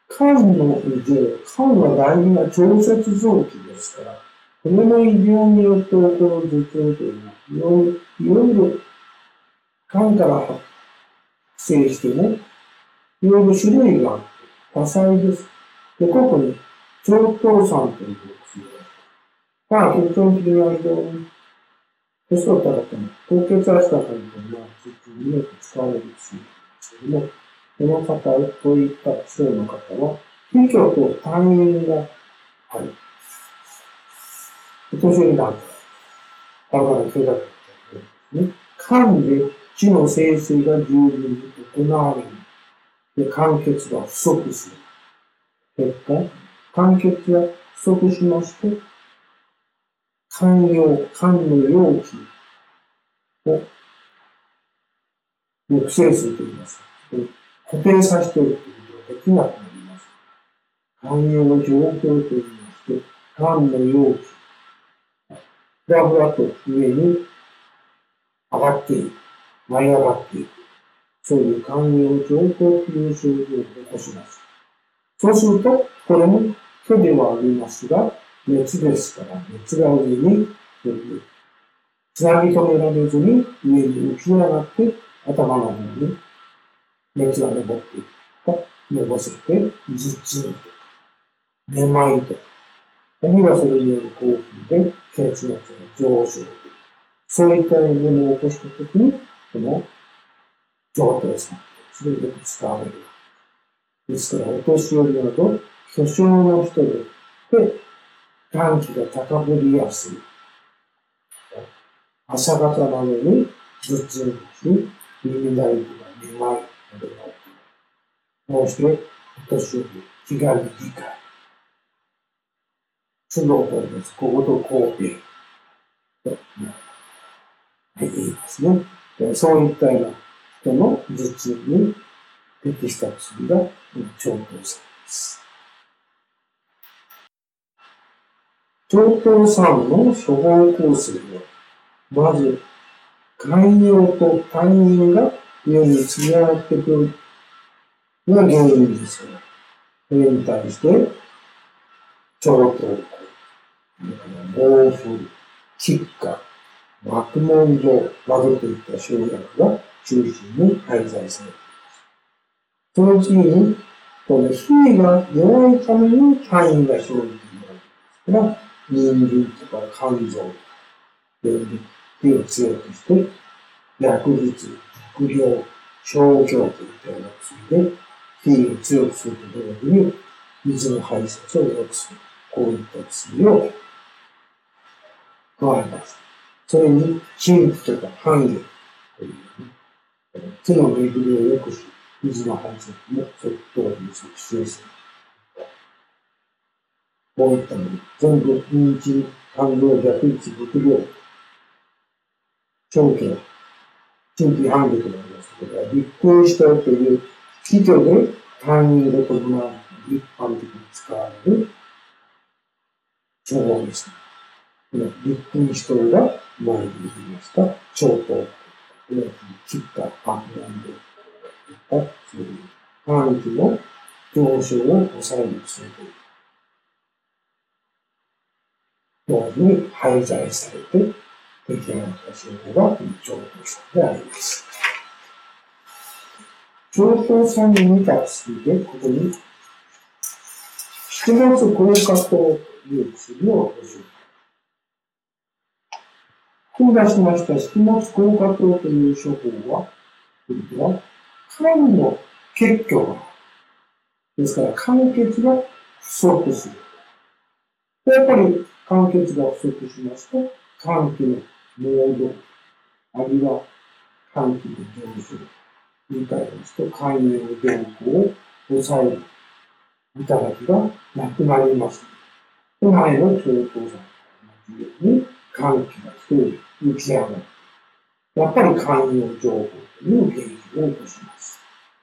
肝の異常、肝は大事な調節臓器ですから、これの異常によって起こる頭痛というのは、いろいろ肝から発生してね、いろいろ種類があって多彩です。で、特に長頭酸という薬が、血糖的な非常に年を高くも高血圧高いというのは、によく使われる薬なんですけども、この方、こういった症の方は、皮虚と胆炎がある。お年寄りなんか、体が怪我がですね。肝で血の生成が十分に行われる。で、肝血が不足する。結果、肝血が不足しますと、肝の容器を抑制すると言います。固定させておくということができなくなります。肝陽の状況と言いまして、肝の容器、ふらふらと上に上がっている、舞い上がっている。そういう肝陽上降という症状を起こします。そうすると、これも虚ではありますが、熱ですから、熱が上に、つなぎ止められずに上に浮き上がって、頭の方に熱が上っていくと、のぼせて、頭痛とか、めまいとか、あるいはそれによる興奮で血圧が上昇とか、そういったものを起こしたときに、この上頭酸、それでよく使われる。ですから、お年寄りなど、巨匠の人で、肝気が高ぶりやすい。朝方なのに、頭痛がし、耳鳴りとかめまいなどが起きる。こうして、お年寄り、気軽に理解。そのおりです。こことこうで、と言いますね。そういったような人の頭痛に適した薬が長頭酸です。長頭酸の処方構成は、まず、肝陽と胆炎が世につながってくるのが原因ですから、それに対して、長頭孔、毛布、窒化、膜門状などといった生薬が中心に配在されています。その次に、この火が弱いために肝炎が生じているわけですから、人参とか肝臓、火を強くして、薬物、服療、消去といったような薬で、火を強くすると同時に、水の排泄を良くする。こういった薬を加えます。それに、陳腐とか半夏という、手の巡りを良くし、水の排泄も同時に促進する。こういったもの、全部、認知、肝臓、逆位置、服療、消去、陳腐半夏となりますけど、立空したという気虚で単位で伴う一般的に使われる処方です。立空したが前に言いました長頭、切ったパンなんで、そういう肝気の上昇を抑える薬という。同時に排在されて出来上がった症状が長頭酸であります。長頭酸に似た薬で、ここに七月硬化糖という薬をご紹介。こう出しました七月硬化糖という処方は、肝の血虚が、ですから肝血が不足する。やっぱり肝血が不足しますと、肝気の濃度、あるいは肝気の上昇、理解ですと、肝炎の動向を抑える働きがなくなります。前の長頭酸と同じように、肝気が一人浮き上がる。やっぱり肝陽上降という現象を起こします。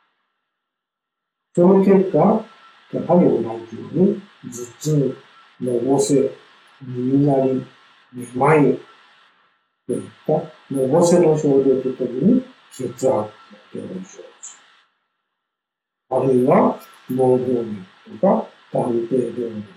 その結果、やはり同じように、頭痛、のぼせ、耳鳴り、めまいといったのぼせの症状とともに血圧が上昇する。あるいは脳動脈とか眼底動脈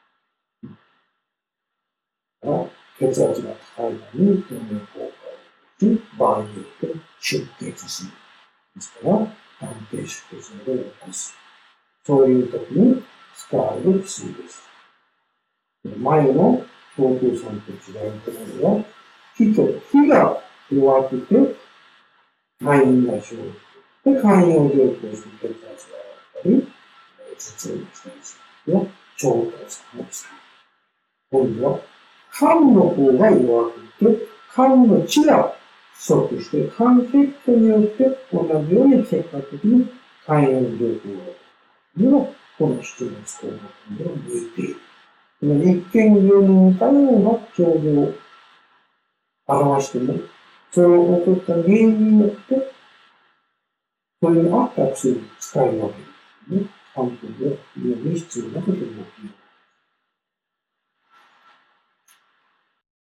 が血圧が高いのに動脈硬化を起こし、場合によって出血する。ですから、眼底出血などを起こす。そういう時に使われる薬です。前の強風酸と違うところは、火が弱くて、肺炎が生じて、肝炎を上行して血圧が上がったり、頭痛がしたりする。腸と酸を使う。今度は、肝の方が弱くて、肝の血が不足して、肝血虚によって同じように結果的に肝炎上行が起こるというのが、この七月項目では向いている。一見病に似たような症状を表しても、それを起こった原因によって、それに合った薬を使い分ける。漢方で非常に必要なことになっています。